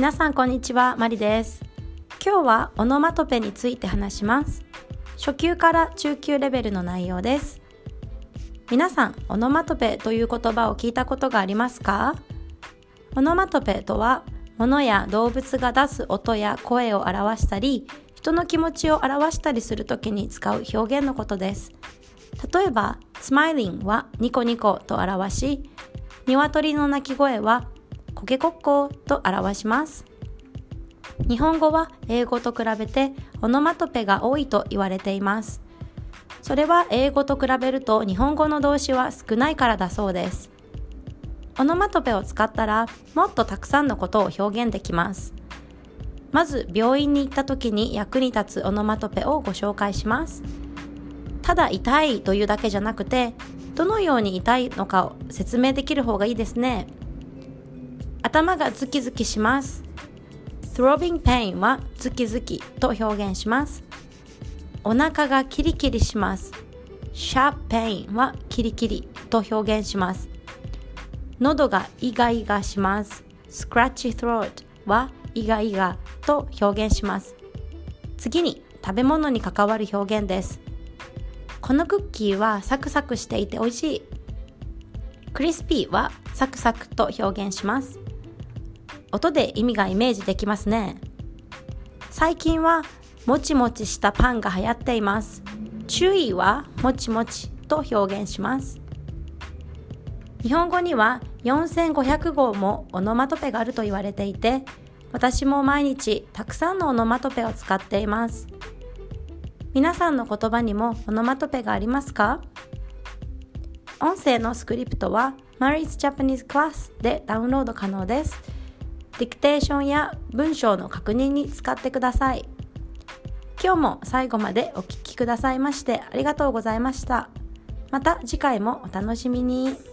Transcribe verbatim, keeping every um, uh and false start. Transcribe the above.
皆さんこんにちは、マリです。今日はオノマトペについて話します。初級から中級レベルの内容です。皆さん、オノマトペという言葉を聞いたことがありますか？オノマトペとは、物や動物が出す音や声を表したり、人の気持ちを表したりするときに使う表現のことです。例えば、smiling はニコニコと表し、鶏の鳴き声はコケコッコーと表します。日本語は英語と比べてオノマトペが多いと言われています。それは英語と比べると日本語の動詞は少ないからだそうです。オノマトペを使ったらもっとたくさんのことを表現できます。まず病院に行った時に役に立つオノマトペをご紹介します。ただ痛いというだけじゃなくて、どのように痛いのかを説明できる方がいいですね。頭がズキズキします。throbbing pain はズキズキと表現します。お腹がキリキリします。sharp pain はキリキリと表現します。喉がイガイガします。scratchy throat はイガイガと表現します。次に食べ物に関わる表現です。このクッキーはサクサクしていて美味しい。クリスピーはサクサクと表現します。音で意味がイメージできますね。最近はもちもちしたパンが流行っています。注意はもちもちと表現します。日本語にはよんせんごひゃくごうもオノマトペがあると言われていて、私も毎日たくさんのオノマトペを使っています。皆さんの言葉にもオノマトペがありますか？音声のスクリプトは Mary's Japanese Class でダウンロード可能です。ディクテーションや文章の確認に使ってください。今日も最後までお聞きくださいましてありがとうございました。また次回もお楽しみに。